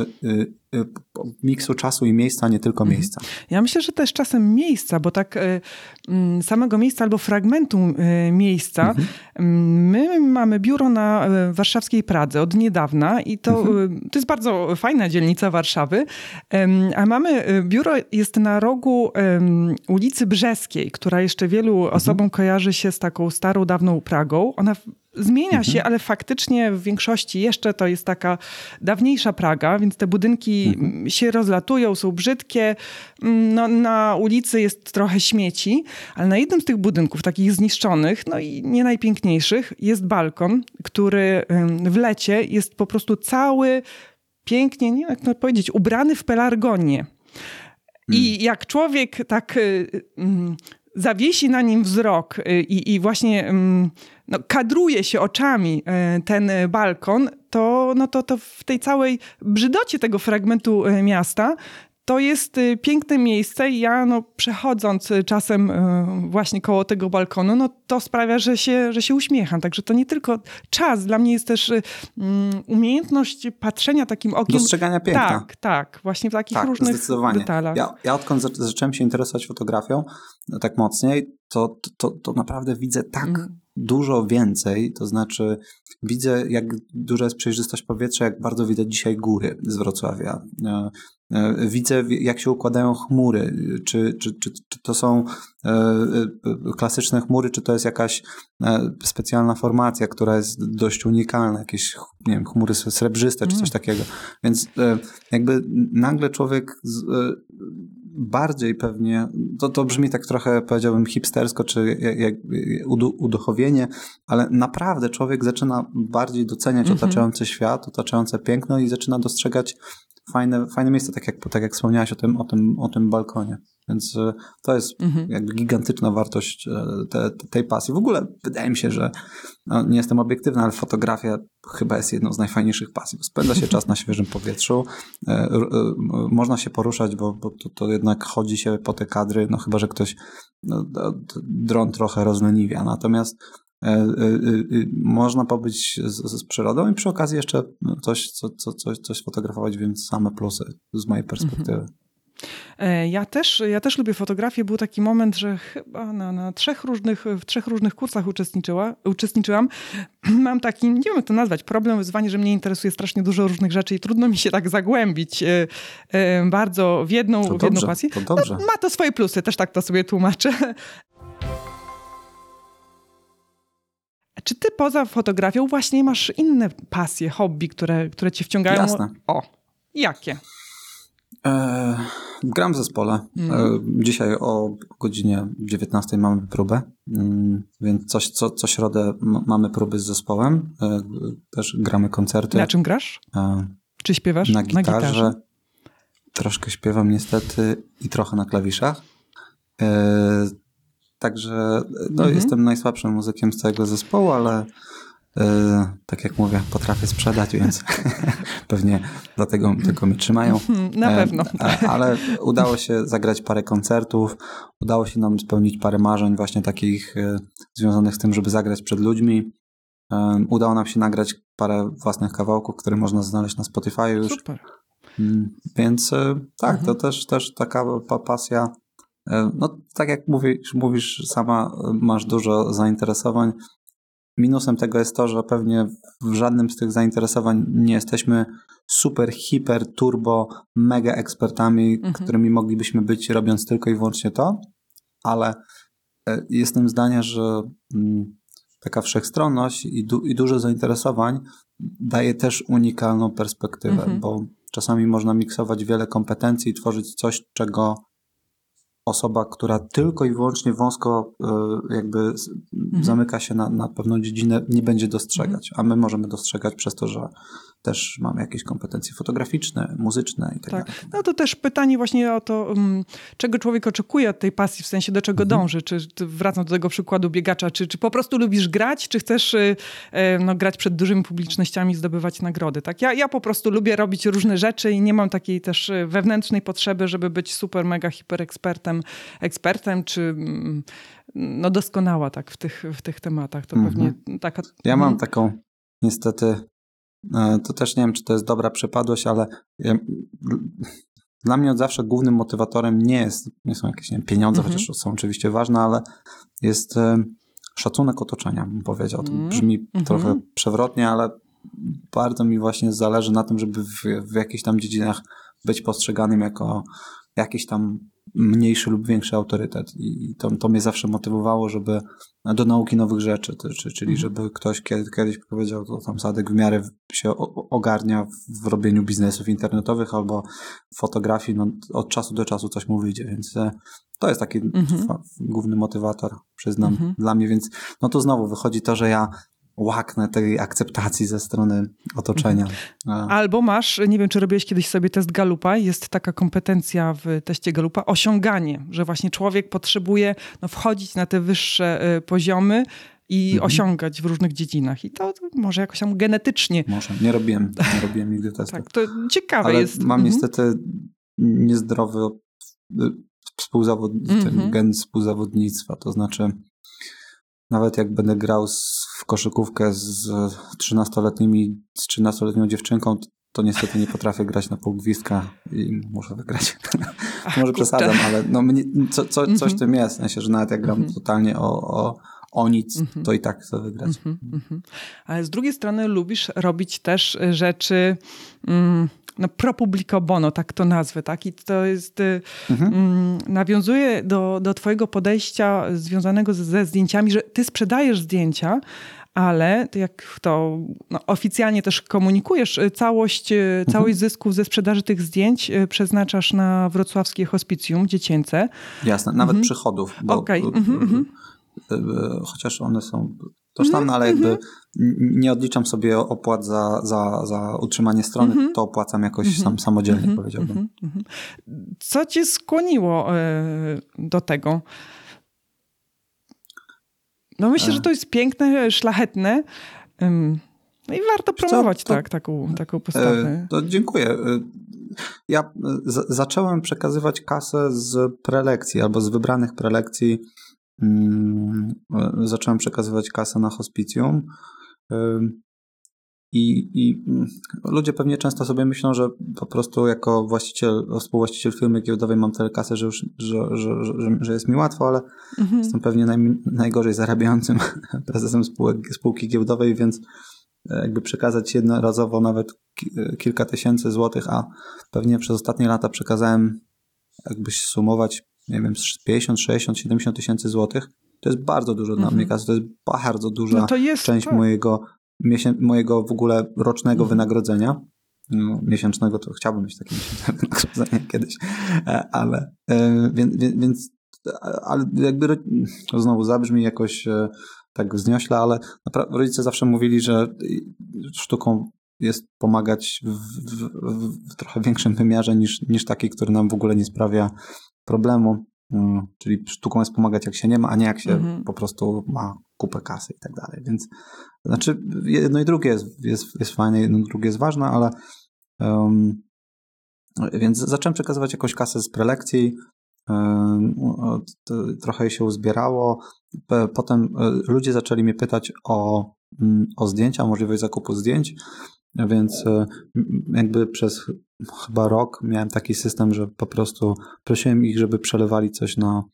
miksu czasu i miejsca, nie tylko mhm. miejsca. Ja myślę, że też czasem miejsca, bo tak samego miejsca albo fragmentu miejsca. Mhm. My mamy biuro na warszawskiej Pradze od niedawna i to, mhm. to jest bardzo fajna dzielnica Warszawy, a mamy, biuro jest na rogu ulicy Brzeskiej, która jeszcze wielu mhm. osobom kojarzy się z taką starą, dawną Pragą. Ona zmienia mhm. się, ale faktycznie w większości jeszcze to jest taka dawniejsza Praga, więc te budynki mhm. się rozlatują, są brzydkie. No, na ulicy jest trochę śmieci, ale na jednym z tych budynków, takich zniszczonych, no i nie najpiękniejszych, jest balkon, który w lecie jest po prostu cały pięknie, nie wiem jak to powiedzieć, ubrany w pelargonię. I jak człowiek tak zawiesi na nim wzrok i, i właśnie no, kadruje się oczami ten balkon, to, no to, to w tej całej brzydocie tego fragmentu miasta to jest piękne miejsce i ja no, przechodząc czasem właśnie koło tego balkonu, no to sprawia, że się, że się uśmiecham. Także to nie tylko czas, dla mnie jest też um, umiejętność patrzenia takim okiem. Dostrzegania piękna. Tak, tak. Właśnie w takich tak, różnych zdecydowanie. detalach. Ja, ja odkąd zacząłem się interesować fotografią no, tak mocniej, to, to, to naprawdę widzę tak mm. dużo więcej. To znaczy widzę, jak duża jest przejrzystość powietrza, jak bardzo widać dzisiaj góry z Wrocławia. Widzę, jak się układają chmury, czy, czy, czy, czy to są klasyczne chmury, czy to jest jakaś specjalna formacja, która jest dość unikalna, jakieś, nie wiem, chmury srebrzyste, czy coś takiego. Więc jakby nagle człowiek z, bardziej pewnie, to, to brzmi tak trochę, powiedziałbym, hipstersko, czy jak, jak uduchowienie, ale naprawdę człowiek zaczyna bardziej doceniać mm-hmm. otaczający świat, otaczające piękno i zaczyna dostrzegać fajne, fajne miejsce, tak jak, tak jak wspomniałaś o tym, o tym, o tym balkonie. Więc to jest mhm. jakby gigantyczna wartość te, te, tej pasji. W ogóle wydaje mi się, że no, nie jestem obiektywny, ale fotografia chyba jest jedną z najfajniejszych pasji. Bo spędza się czas na świeżym powietrzu, e, e, można się poruszać, bo, bo to, to jednak chodzi się po te kadry, no chyba, że ktoś no, dron trochę rozleniwia. Natomiast e, e, e, można pobyć z, z przyrodą i przy okazji jeszcze coś, co, co, coś, coś sfotografować, więc same plusy z mojej perspektywy. Mhm. Ja też, ja też lubię fotografię. Był taki moment, że chyba na, na trzech różnych, w trzech różnych kursach uczestniczyła, uczestniczyłam. Mam taki, nie wiem jak to nazwać, problem, wyzwanie, że mnie interesuje strasznie dużo różnych rzeczy i trudno mi się tak zagłębić bardzo w jedną, to w jedną dobrze, pasję. To dobrze. No, ma to swoje plusy, też tak to sobie tłumaczę. Czy ty poza fotografią właśnie masz inne pasje, hobby, które, które cię wciągają? Jasne. O, jakie? E, gram w zespole. Mm. E, dzisiaj o godzinie dziewiętnastej mamy próbę, mm, więc coś, co, co środę m- mamy próby z zespołem. E, też gramy koncerty. Na czym grasz? E, Czy śpiewasz? na gitarze. Na gitarze. Troszkę śpiewam niestety i trochę na klawiszach. E, także no, Mhm. jestem najsłabszym muzykiem z całego zespołu, ale e, tak jak mówię, potrafię sprzedać, więc pewnie dlatego tylko mnie trzymają. Na E, pewno. a- ale udało się zagrać parę koncertów, udało się nam spełnić parę marzeń właśnie takich e, związanych z tym, żeby zagrać przed ludźmi. E, udało nam się nagrać parę własnych kawałków, które można znaleźć na Spotify już. Super. Mm, Więc e, tak, Mhm. to też, też taka pa- pasja. E, No tak jak mówisz, mówisz sama, e, masz dużo zainteresowań. Minusem tego jest to, że pewnie w żadnym z tych zainteresowań nie jesteśmy super, hiper, turbo, mega ekspertami, Mhm. którymi moglibyśmy być robiąc tylko i wyłącznie to, ale e, jestem zdania, że mm, taka wszechstronność i, du- i dużo zainteresowań daje też unikalną perspektywę, Mhm. bo czasami można miksować wiele kompetencji i tworzyć coś, czego osoba, która tylko i wyłącznie wąsko e, jakby s- Mhm. zamyka się na, na pewną dziedzinę, nie będzie dostrzegać, a my możemy dostrzegać przez to, że też mamy jakieś kompetencje fotograficzne, muzyczne i tak, Tak. dalej. No to też pytanie właśnie o to, um, czego człowiek oczekuje od tej pasji, w sensie do czego Mhm. dąży. Czy, czy wracam do tego przykładu biegacza, czy, czy po prostu lubisz grać, czy chcesz y, y, no, grać przed dużymi publicznościami, zdobywać nagrody. Tak? Ja, ja po prostu lubię robić różne rzeczy i nie mam takiej też y, wewnętrznej potrzeby, żeby być super, mega, hiper ekspertem, ekspertem, czy mm, no doskonała tak w tych, w tych tematach. To Mhm. pewnie taka... Ja mam Mhm. taką niestety, e, to też nie wiem, czy to jest dobra przypadłość, ale ja, dla mnie od zawsze głównym motywatorem nie jest, nie są jakieś nie wiem, pieniądze, Mhm. chociaż są oczywiście ważne, ale jest e, szacunek otoczenia, bym powiedział. To Mm. brzmi Mhm. trochę przewrotnie, ale bardzo mi właśnie zależy na tym, żeby w, w jakichś tam dziedzinach być postrzeganym jako jakiś tam mniejszy lub większy autorytet. I to, to mnie zawsze motywowało, żeby do nauki nowych rzeczy, to, czy, czyli Mhm. żeby ktoś kiedy, kiedyś powiedział, to tam Sadek w miarę się o- ogarnia w robieniu biznesów internetowych albo fotografii, no od czasu do czasu coś mu wyjdzie, więc e, to jest taki Mhm. fa- główny motywator, przyznam, Mhm. dla mnie, więc no to znowu wychodzi to, że ja łaknę tej akceptacji ze strony otoczenia. E, Albo masz, nie wiem, czy robiłeś kiedyś sobie test Gallupa, jest taka kompetencja w teście Gallupa, osiąganie, że właśnie człowiek potrzebuje no, wchodzić na te wyższe y, poziomy i Mhm. osiągać w różnych dziedzinach. I to, to może jakoś tam genetycznie. Może, nie robiłem, nie robiłem nigdy testu. Tak, to ciekawe Ale jest. mam Mhm. niestety niezdrowy y, współzawod... ten Mhm. gen współzawodnictwa, to znaczy nawet jak będę grał z, w koszykówkę z trzynastoletnimi, z trzynastoletnią dziewczynką, to, to niestety nie potrafię grać na pół gwizdka i muszę wygrać. Ach, Może kurczę. przesadzam, ale no mnie, co, co, coś Mhm. w tym jest. W sensie, że nawet jak gram Mhm. totalnie o, o, o nic, Mhm. to i tak chcę wygrać. Mhm, mhm. Ale z drugiej strony lubisz robić też rzeczy mm, no, pro publico bono, tak to nazwę, tak? I to jest, y, Mhm. mm, nawiązuje do, do twojego podejścia związanego ze, ze zdjęciami, że ty sprzedajesz zdjęcia, ale ty jak to no, oficjalnie też komunikujesz, y, całość, y, całość zysków ze sprzedaży tych zdjęć y, przeznaczasz na wrocławskie hospicjum dziecięce. Jasne, nawet Mhm. przychodów. Bo, Okej, y, mhm, mhm. y, y, chociaż one są tożsame, ale jakby n- nie odliczam sobie opłat za, za, za utrzymanie strony, Mhm. to opłacam jakoś sam samodzielnie, Mhm, powiedziałbym. mhm, mhm. Co cię skłoniło e, do tego? No myślę, E. że to jest piękne, szlachetne. Ym, No i warto Wiesz co, promować to- tak, taką, taką postawę. E, To dziękuję. E, Ja e, z- zacząłem przekazywać kasę z prelekcji albo z wybranych prelekcji. mm, e, Zacząłem przekazywać kasę na hospicjum. E, I, I mm, ludzie pewnie często sobie myślą, że po prostu jako właściciel, współwłaściciel firmy giełdowej mam tyle kasy, że, już, że, że, że, że jest mi łatwo, ale Mhm. jestem pewnie naj, najgorzej zarabiającym prezesem spółek, spółki giełdowej, więc jakby przekazać jednorazowo nawet ki- kilka tysięcy złotych, a pewnie przez ostatnie lata przekazałem, jakbyś sumować, nie wiem, z pięćdziesiąt, sześćdziesiąt, siedemdziesiąt tysięcy złotych. To jest bardzo dużo dla Mhm. mnie kasy, to jest bardzo duża No to jest, część tak. mojego, miesię- mojego w ogóle rocznego Mhm. wynagrodzenia. no, miesięcznego, to chciałbym mieć takie miesięczne wynagrodzenie kiedyś, ale więc, więc ale jakby to znowu zabrzmi jakoś tak wzniośle, ale naprawdę rodzice zawsze mówili, że sztuką jest pomagać w, w, w trochę większym wymiarze niż, niż taki, który nam w ogóle nie sprawia problemu. Czyli sztuką jest pomagać jak się nie ma, a nie jak się mhm. po prostu ma kupę kasy i tak dalej. Więc znaczy jedno i drugie jest, jest, jest fajne, jedno i drugie jest ważne, ale um, więc zacząłem przekazywać jakąś kasę z prelekcji, um, to, trochę się uzbierało. Potem ludzie zaczęli mnie pytać o, o zdjęcia, o możliwość zakupu zdjęć, więc jakby przez chyba rok miałem taki system, że po prostu prosiłem ich, żeby przelewali coś na,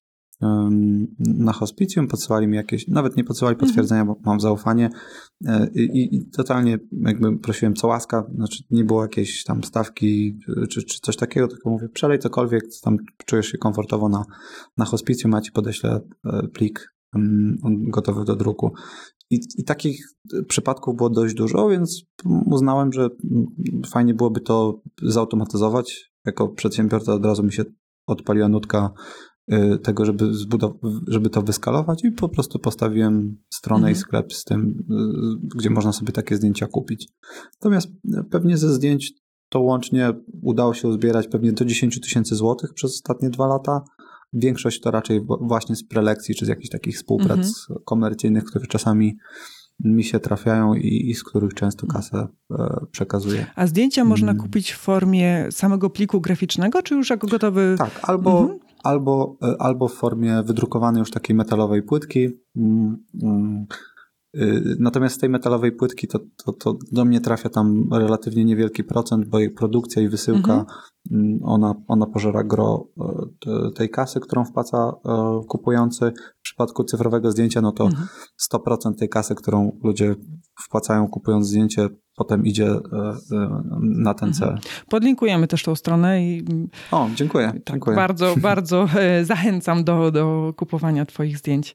na hospicjum, podsyłali mi jakieś, nawet nie podsyłali potwierdzenia, bo mam zaufanie i, i totalnie jakby prosiłem co łaska, znaczy nie było jakiejś tam stawki czy, czy coś takiego, tylko mówię przelej cokolwiek, tam czujesz się komfortowo na, na hospicjum, a ci podeślę plik gotowy do druku. I, I takich przypadków było dość dużo, więc uznałem, że fajnie byłoby to zautomatyzować. Jako przedsiębiorca od razu mi się odpaliła nutka tego, żeby, zbudow- żeby to wyskalować i po prostu postawiłem stronę mhm. i sklep z tym, gdzie można sobie takie zdjęcia kupić. Natomiast pewnie ze zdjęć to łącznie udało się uzbierać pewnie do dziesięć tysięcy złotych przez ostatnie dwa lata. Większość to raczej właśnie z prelekcji, czy z jakichś takich współprac mhm. komercyjnych, które czasami mi się trafiają i, i z których często kasę e, przekazuję. A zdjęcia hmm. można kupić w formie samego pliku graficznego, czy już jako gotowy? Tak, albo, mhm. albo, albo w formie wydrukowanej już takiej metalowej płytki. Mm, mm. Natomiast z tej metalowej płytki to, to, to do mnie trafia tam relatywnie niewielki procent, bo jej produkcja i wysyłka, mhm. ona, ona pożera gro tej kasy, którą wpłaca kupujący. W przypadku cyfrowego zdjęcia, no to mhm. sto procent tej kasy, którą ludzie wpłacają kupując zdjęcie, potem idzie na ten cel. Mhm. Podlinkujemy też tą stronę. I o, dziękuję. Tak, dziękuję. Bardzo, bardzo zachęcam do, do kupowania twoich zdjęć.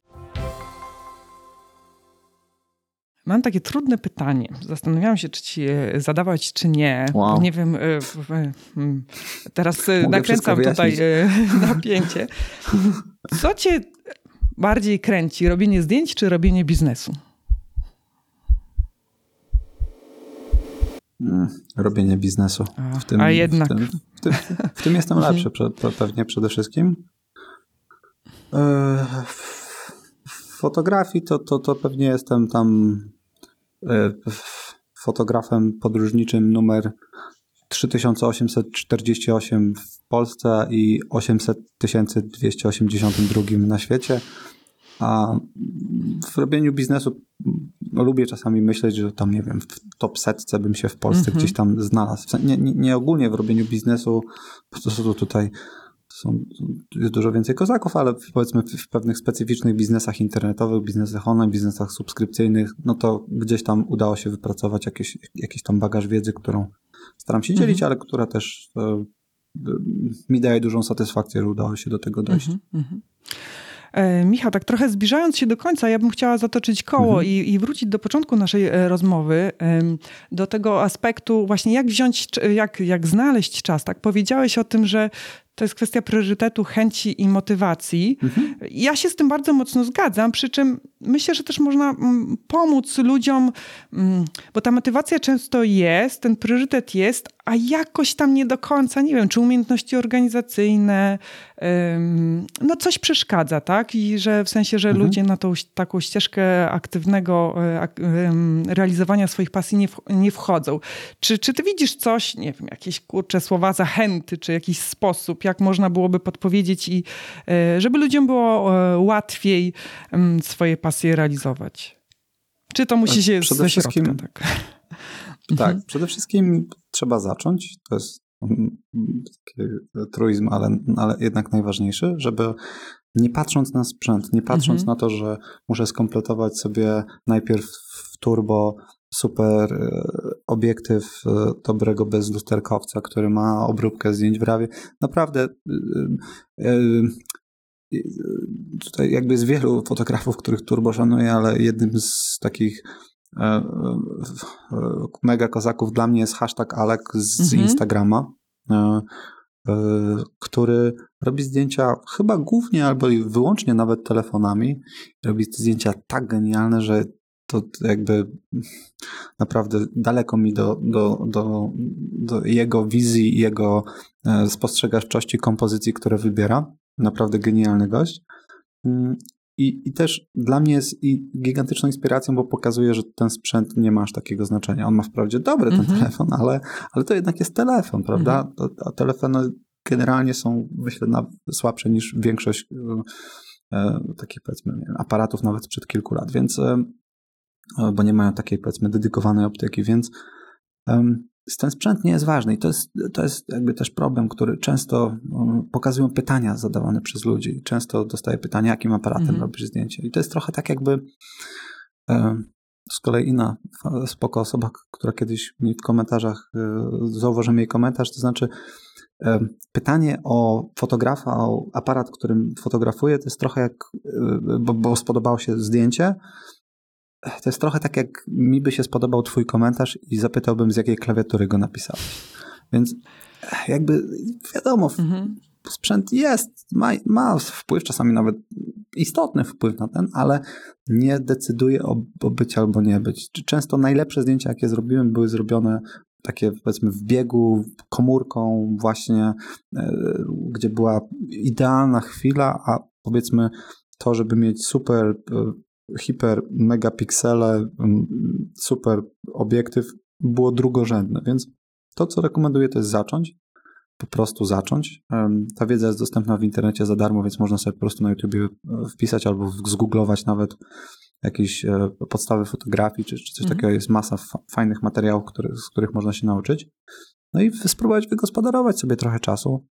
Mam takie trudne pytanie. Zastanawiałam się, czy ci je zadawać, czy nie. Wow. Nie wiem, teraz Mogę nakręcam tutaj napięcie. Co cię bardziej kręci? Robienie zdjęć, czy robienie biznesu? Hmm, robienie biznesu. A, w tym, a jednak. W tym, w tym, w tym jestem lepszy pewnie przede wszystkim. W fotografii to, to, to pewnie jestem tam fotografem podróżniczym numer trzy tysiące osiemset czterdzieści osiem w Polsce i osiemset tysięcy dwieście osiemdziesiąt dwa na świecie. A w robieniu biznesu lubię czasami myśleć, że tam, nie wiem, w top setce bym się w Polsce mm-hmm. gdzieś tam znalazł. Nie, nie, nie ogólnie w robieniu biznesu, po prostu tutaj są, jest dużo więcej kozaków, ale powiedzmy w pewnych specyficznych biznesach internetowych, biznesach online, biznesach subskrypcyjnych, no to gdzieś tam udało się wypracować jakieś, jakiś tam bagaż wiedzy, którą staram się dzielić, mm-hmm. ale która też e, mi daje dużą satysfakcję, że udało się do tego dojść. Mm-hmm. Michał, tak trochę zbliżając się do końca, ja bym chciała zatoczyć koło mhm. i, i wrócić do początku naszej rozmowy, do tego aspektu właśnie jak wziąć, jak, jak znaleźć czas. Tak, powiedziałeś o tym, że to jest kwestia priorytetu, chęci i motywacji. Mhm. Ja się z tym bardzo mocno zgadzam, przy czym myślę, że też można pomóc ludziom, bo ta motywacja często jest, ten priorytet jest, a jakoś tam nie do końca, nie wiem, czy umiejętności organizacyjne, no coś przeszkadza, tak? I że w sensie, że mhm. ludzie na tą taką ścieżkę aktywnego realizowania swoich pasji nie, w, nie wchodzą. Czy, czy ty widzisz coś, nie wiem, jakieś kurcze słowa zachęty, czy jakiś sposób, jak można byłoby podpowiedzieć i żeby ludziom było łatwiej swoje pasje realizować? Czy to musi się przede ze wszystkim środka, tak? Tak, Mhm. przede wszystkim trzeba zacząć. To jest taki truizm, ale, ale jednak najważniejszy, żeby nie patrząc na sprzęt, nie patrząc mhm. na to, że muszę skompletować sobie najpierw w turbo super obiektyw dobrego bezlusterkowca, który ma obróbkę zdjęć w rawie. Naprawdę tutaj jakby z wielu fotografów, których turbo szanuję, ale jednym z takich mega kozaków dla mnie jest hashtag Alek z mhm. Instagrama, który robi zdjęcia chyba głównie albo wyłącznie nawet telefonami. Robi zdjęcia tak genialne, że to jakby naprawdę daleko mi do, do, do, do jego wizji i jego spostrzegawczości kompozycji, które wybiera. Naprawdę genialny gość. I, I też dla mnie jest i gigantyczną inspiracją, bo pokazuje, że ten sprzęt nie ma aż takiego znaczenia. On ma wprawdzie dobry ten mm-hmm. telefon, ale, ale to jednak jest telefon, prawda? Mm-hmm. A telefony generalnie są, myślę, na, słabsze niż większość e, takich, powiedzmy, nie wiem, aparatów nawet sprzed kilku lat, więc e, bo nie mają takiej, powiedzmy, dedykowanej optyki, więc e, ten sprzęt nie jest ważny i to jest, to jest jakby też problem, który często um, pokazują pytania zadawane przez ludzi. Często dostaję pytania, jakim aparatem mm-hmm. robisz zdjęcie. I to jest trochę tak jakby um, z kolei inna spoko osoba, która kiedyś mi w komentarzach um, zauważyłem jej komentarz, to znaczy um, pytanie o fotografa, o aparat, którym fotografuję, to jest trochę jak, um, bo, bo spodobało się zdjęcie. To jest trochę tak, jak mi by się spodobał twój komentarz i zapytałbym, z jakiej klawiatury go napisałeś. Więc jakby wiadomo, mhm. sprzęt jest, ma, ma wpływ, czasami nawet istotny wpływ na ten, ale nie decyduje o, o być albo nie być. Często najlepsze zdjęcia, jakie zrobiłem, były zrobione takie, powiedzmy, w biegu, komórką właśnie, yy, gdzie była idealna chwila, a powiedzmy to, żeby mieć super yy, hiper megapiksele, super obiektyw było drugorzędne, więc to, co rekomenduję, to jest zacząć, po prostu zacząć. Ta wiedza jest dostępna w internecie za darmo, więc można sobie po prostu na YouTubie wpisać albo zgooglować nawet jakieś podstawy fotografii, czy, czy coś mhm. takiego. Jest masa fajnych materiałów, który, z których można się nauczyć. No i spróbować wygospodarować sobie trochę czasu.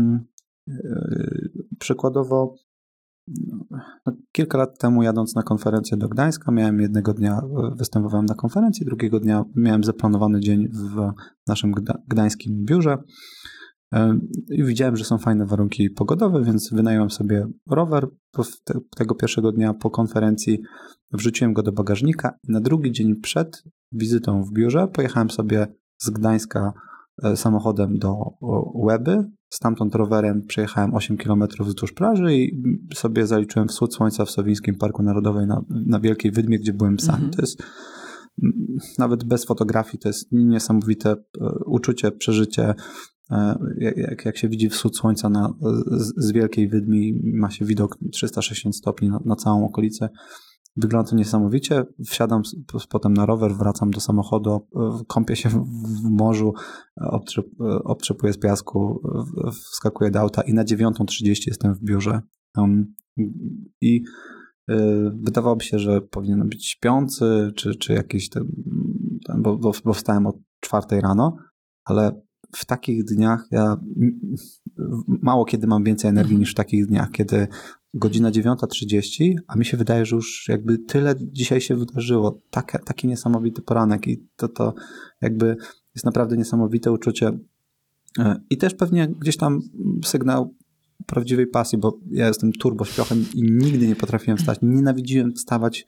Przykładowo no, kilka lat temu, jadąc na konferencję do Gdańska, miałem jednego dnia, występowałem na konferencji, drugiego dnia miałem zaplanowany dzień w naszym gda- gdańskim biurze i widziałem, że są fajne warunki pogodowe, więc wynająłem sobie rower. Te, tego pierwszego dnia po konferencji wrzuciłem go do bagażnika i na drugi dzień przed wizytą w biurze pojechałem sobie z Gdańska samochodem do Łeby. Stamtąd rowerem przejechałem osiem kilometrów wzdłuż plaży i sobie zaliczyłem wschód słońca w Sowińskim Parku Narodowym na, na Wielkiej Wydmie, gdzie byłem sam. Mhm. To jest nawet bez fotografii, to jest niesamowite uczucie, przeżycie. Jak, jak się widzi wschód słońca na, z, z Wielkiej Wydmy i ma się widok trzysta sześćdziesiąt stopni na, na całą okolicę. Wygląda to niesamowicie. Wsiadam potem na rower, wracam do samochodu, kąpię się w morzu, obtrzep, obtrzepuję z piasku, wskakuję do auta i na dziewiątą trzydzieści jestem w biurze. Um, I y, wydawałoby się, że powinienem być śpiący, czy, czy jakiś ten, ten bo, bo, bo wstałem o czwartej rano, ale w takich dniach ja mało kiedy mam więcej energii niż w takich dniach, kiedy godzina dziewiąta trzydzieści, a mi się wydaje, że już jakby tyle dzisiaj się wydarzyło. Tak, taki niesamowity poranek i to, to jakby jest naprawdę niesamowite uczucie. I też pewnie gdzieś tam sygnał prawdziwej pasji, bo ja jestem turbośpiochem i nigdy nie potrafiłem wstać. Nienawidziłem wstawać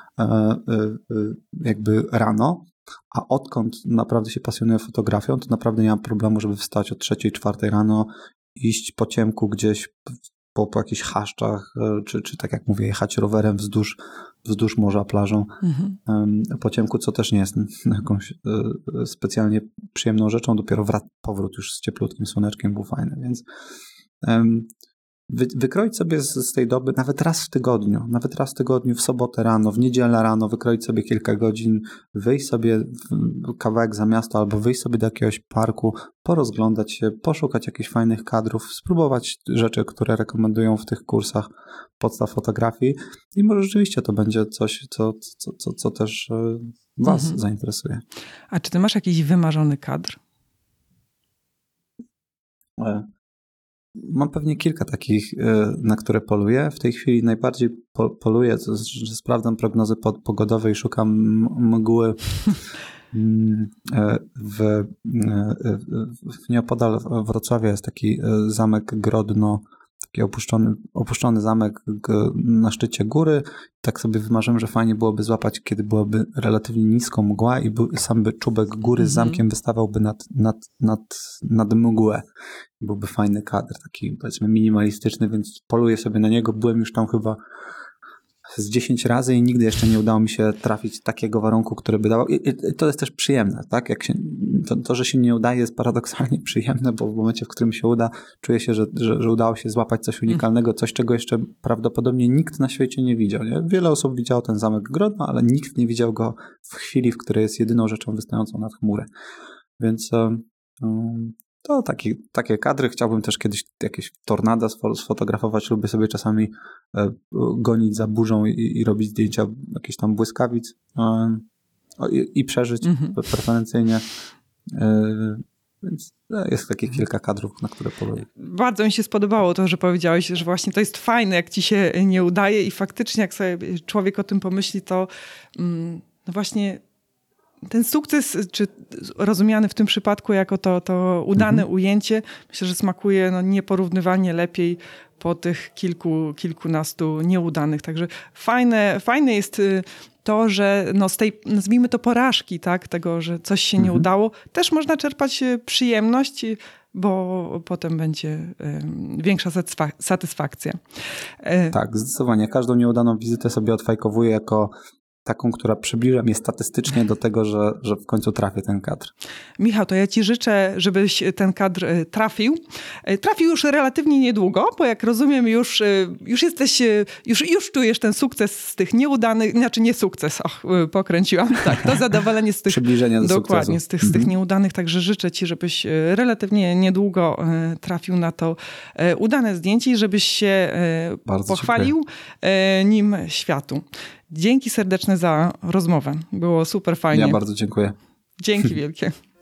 jakby rano, a odkąd naprawdę się pasjonuję fotografią, to naprawdę nie mam problemu, żeby wstać o trzeciej, czwartej rano, iść po ciemku gdzieś po, po jakichś chaszczach, czy, czy tak jak mówię, jechać rowerem wzdłuż, wzdłuż morza, plażą mhm. po ciemku, co też nie jest jakąś specjalnie przyjemną rzeczą. Dopiero wrac- powrót już z cieplutkim słoneczkiem był fajny, więc um, wy, wykroić sobie z, z tej doby nawet raz w tygodniu, nawet raz w tygodniu, w sobotę rano, w niedzielę rano, wykroić sobie kilka godzin, wyjść sobie w kawałek za miasto albo wyjść sobie do jakiegoś parku, porozglądać się, poszukać jakichś fajnych kadrów, spróbować rzeczy, które rekomendują w tych kursach podstaw fotografii i może rzeczywiście to będzie coś, co, co, co, co też was mhm. zainteresuje. A czy ty masz jakiś wymarzony kadr? Mam pewnie kilka takich, na które poluję. W tej chwili najbardziej poluję, że sprawdzam prognozy pogodowe i szukam mgły w, w nieopodal Wrocławia jest taki zamek Grodno, taki opuszczony, opuszczony zamek na szczycie góry. Tak sobie wymarzyłem, że fajnie byłoby złapać, kiedy byłaby relatywnie nisko mgła i był, sam by czubek góry mm-hmm. z zamkiem wystawałby nad, nad, nad, nad mgłę. Byłby fajny kadr, taki powiedzmy minimalistyczny, więc poluję sobie na niego. Byłem już tam chyba z dziesięć razy i nigdy jeszcze nie udało mi się trafić takiego warunku, który by dawał. I, i to jest też przyjemne, tak? Jak się, to, to, że się nie udaje, jest paradoksalnie przyjemne, bo w momencie, w którym się uda, czuję się, że, że, że udało się złapać coś unikalnego, coś, czego jeszcze prawdopodobnie nikt na świecie nie widział. Nie? Wiele osób widziało ten zamek Grodno, ale nikt nie widział go w chwili, w której jest jedyną rzeczą wystającą nad chmurę. Więc um, to takie, takie kadry. Chciałbym też kiedyś jakieś tornada sfotografować. Lubię sobie czasami e, gonić za burzą i, i robić zdjęcia jakichś tam błyskawic e, i, i przeżyć mm-hmm. preferencyjnie. E, więc jest takie kilka kadrów, na które poluję. Bardzo mi się spodobało to, że powiedziałeś, że właśnie to jest fajne, jak ci się nie udaje i faktycznie jak sobie człowiek o tym pomyśli, to mm, no właśnie ten sukces, czy rozumiany w tym przypadku jako to, to udane mhm. ujęcie, myślę, że smakuje no, nieporównywalnie lepiej po tych kilku, kilkunastu nieudanych. Także fajne, fajne jest to, że no, z tej, nazwijmy to porażki, tak, tego, że coś się mhm. nie udało, też można czerpać przyjemność, bo potem będzie większa satysfakcja. Tak, zdecydowanie. Każdą nieudaną wizytę sobie odfajkowuję jako taką, która przybliża mnie statystycznie do tego, że, że w końcu trafię ten kadr. Michał, to ja ci życzę, żebyś ten kadr trafił. Trafił już relatywnie niedługo, bo jak rozumiem, już, już jesteś, już, już czujesz ten sukces z tych nieudanych, znaczy nie sukces, och, pokręciłam, tak, to zadowolenie z tych, przybliżenie do dokładnie, sukcesu. z tych, z tych nieudanych, także życzę ci, żebyś relatywnie niedługo trafił na to udane zdjęcie i żebyś się Bardzo pochwalił dziękuję. nim światu. Dzięki serdeczne za rozmowę. Było super fajnie. Ja bardzo dziękuję. Dzięki wielkie.